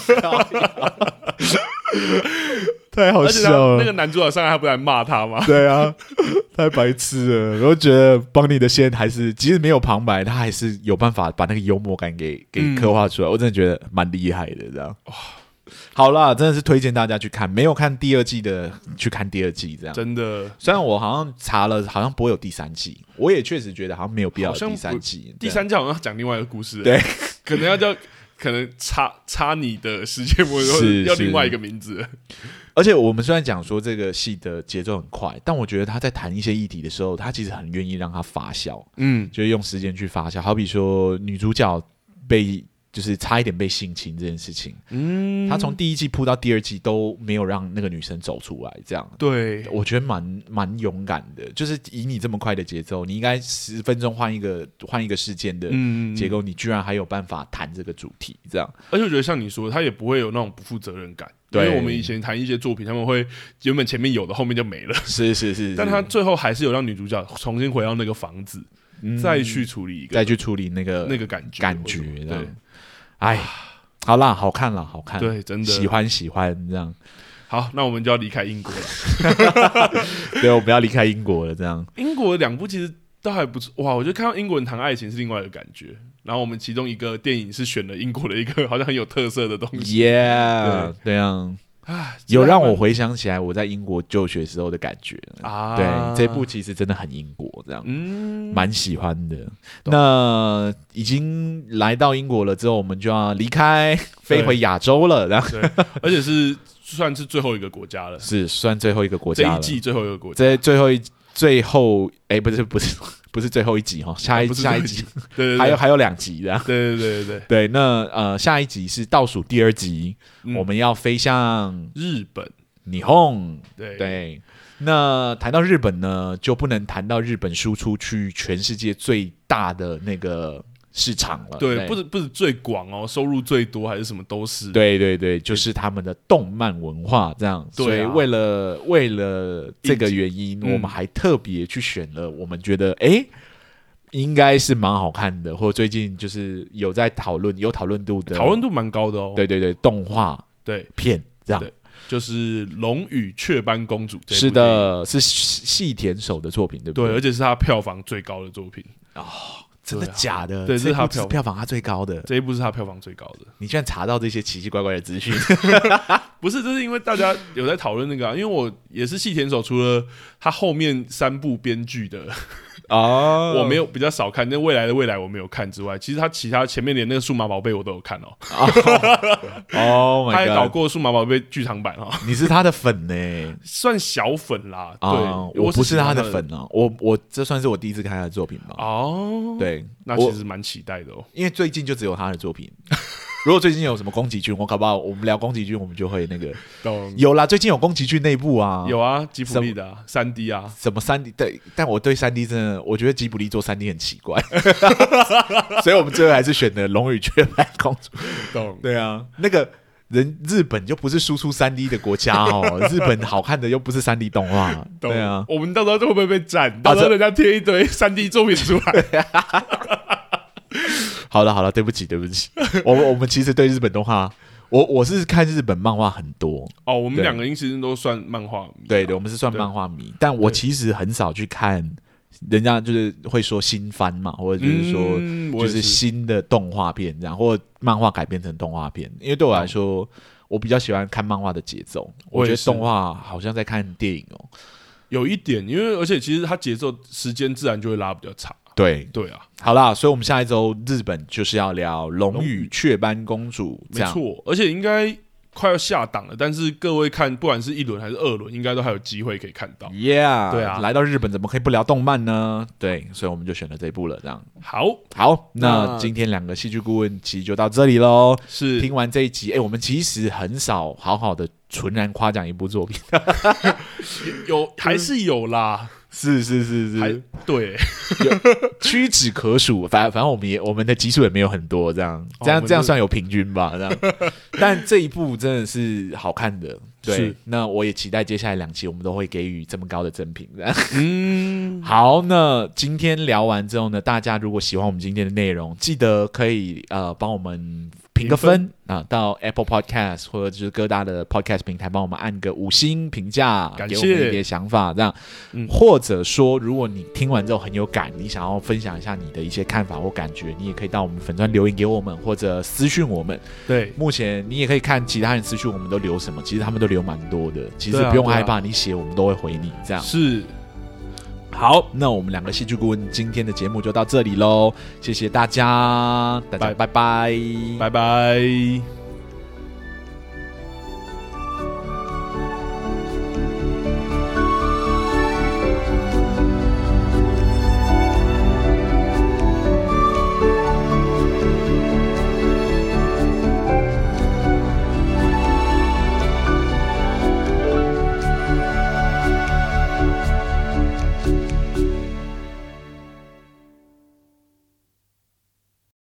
太好笑了。 那个男主角上来，他不是还骂他吗？ 对啊，太白痴了。我觉得邦尼的线还是，即使没有旁白，他还是有办法把那个幽默感给给刻画出来。嗯、我真的觉得蛮厉害的，这样。好啦，真的是推荐大家去看，没有看第二季的去看第二季，这样真的。 虽然我好像查了，好像不会有第三季，我也确实觉得好像没有必要有第三季。 第三季好像讲另外一个故事， 对， 可能要叫可能插插你的世界末日，要另外一个名字。 而且我们虽然讲说这个戏的节奏很快，但我觉得他在谈一些议题的时候，他其实很愿意让它发酵，嗯，就是用时间去发酵。好比说女主角被。就是差一点被性侵这件事情，嗯，他从第一季铺到第二季都没有让那个女生走出来，这样， 对， 我觉得蛮蛮勇敢的。就是以你这么快的节奏，你应该十分钟换一个换一个事件的结构，嗯、你居然还有办法谈这个主题，这样。 而且我觉得像你说，他也不会有那种不负责任感，因为我们以前谈一些作品，他们会原本前面有的，后面就没了， 是是 是, 是， 但他最后还是有让女主角重新回到那个房子，嗯、再去处理一个， 再去处理那个那个感觉感觉， 对。 哎，好啦，好看啦，好看， 对，真的喜欢喜欢这样。 好，那我们就要离开英国了。 对，我们要离开英国了，这样。 英国的两部其实都还不错，哇！我觉得看到英国人谈爱情是另外一个感觉。然后我们其中一个电影是选了英国的一个好像很有特色的东西。 Yeah， 对，这样。有让我回想起来我在英国就学时候的感觉啊！对，这部其实真的很英国，这样，嗯，蛮喜欢的。那已经来到英国了之后，我们就要离开，飞回亚洲了，然后， 而且是算是最后一个国家了， 是算最后一个国家了， 这一季最后一个国家， 这最后一最后，哎，不是不是。不是最后一集哈，下一、啊、下一集， 对对对， 还有还有两集的， 对对对对对。 对，那呃，下一集是倒数第二集，嗯、我们要飞向日本， 日本， 对对。那谈到日本呢，就不能谈到日本输出去全世界最大的那个市场了。 对，对不止不止最广哦，收入最多还是什么都是。 对对对，就是他们的动漫文化这样。 对啊、 所以为了为了这个原因，我们还特别去选了我们觉得哎。诶应该是蛮好看的，或最近就是有在讨论，有讨论度的， 讨论度蛮高的哦。 对对对，动画对片这样， 对，就是《龙与雀斑公主》。 是的，是细田守的作品，对不对？ 对，而且是他票房最高的作品哦。真的假的？ 对， 这是他票票房他最高的， 这一部是他票房最高的。 你居然查到这些奇奇怪怪的资讯？ 不是，这是因为大家有在讨论那个、啊，因为我也是细田守，除了他后面三部编剧的。哦，我没有比较少看，那未来的未来我没有看之外，其实他其他前面连那个数码宝贝我都有看哦。 哦， 他还导过数码宝贝剧场版哦。 你是他的粉呢？ 算小粉啦。对， 哦、我不是他的粉啊，我我这算是我第一次看他的作品吧。 哦， 对， 那其实蛮期待的哦， 因为最近就只有他的作品。如果最近有什么宫崎骏，我搞不好我们聊宫崎骏，我们就会那个有啦。最近有宫崎骏内部啊， 有啊，吉卜力的啊，三 D 啊， 什么三 D？对，但我对三 D 真的，我觉得吉卜力做三 D 很奇怪，所以我们最后还是选的《龙与雀斑公主》。 懂？ 对啊，那个人日本就不是输出三 D 的国家哦，日本好看的又不是三 D 动画。对啊， 我们到时候会不会被斩？到时候人家贴一堆三 D 作品出来。 好了好了，对不起对不起，我我们其实对日本动画，我我是看日本漫画很多哦，我们两个人其实都算漫画迷、啊， 对对，我们是算漫画迷，但我其实很少去看，人家就是会说新番嘛，或者就是说就是新的动画片这样，或者漫画改编成动画片，因为对我来说，哦、我比较喜欢看漫画的节奏，我觉得动画好像在看电影哦， 有一点，因为而且其实它节奏时间自然就会拉比较长。 对对啊， 好啦，所以我们下一周日本就是要聊《龙与雀斑公主》， 没错，而且应该快要下档了，但是各位看，不管是一轮还是二轮，应该都还有机会可以看到。 Yeah， 对啊， 来到日本怎么可以不聊动漫呢？对，所以我们就选了这一部了。这样， 好， 好，那今天两个戏剧顾问其实就到这里喽。 是， 听完这一集，哎、欸，我们其实很少好好的纯然夸奖一部作品， 有还是有啦。 是是是是， 对， 屈指可数。反反正我们也我们的集数也没有很多，这样这样、哦、这样算有平均吧？这样，但这一部真的是好看的。对，那我也期待接下来两期我们都会给予这么高的赠评。嗯，好，那今天聊完之后呢，大家如果喜欢我们今天的内容，记得可以呃帮我们评个分啊，到 Apple Podcast 或者就是各大的 Podcast 平台帮我们按个五星评价，给我们一点想法，这样、嗯。或者说，如果你听完之后很有感，你想要分享一下你的一些看法或感觉，你也可以到我们粉专留言给我们，或者私讯我们。 对， 目前你也可以看其他人私讯我们都留什么，其实他们都留蛮多的，其实不用害怕，你写我们都会回你。这样是。 好，那我们两个戏剧顾问今天的节目就到这里咯，谢谢大家，大家拜拜， 拜拜。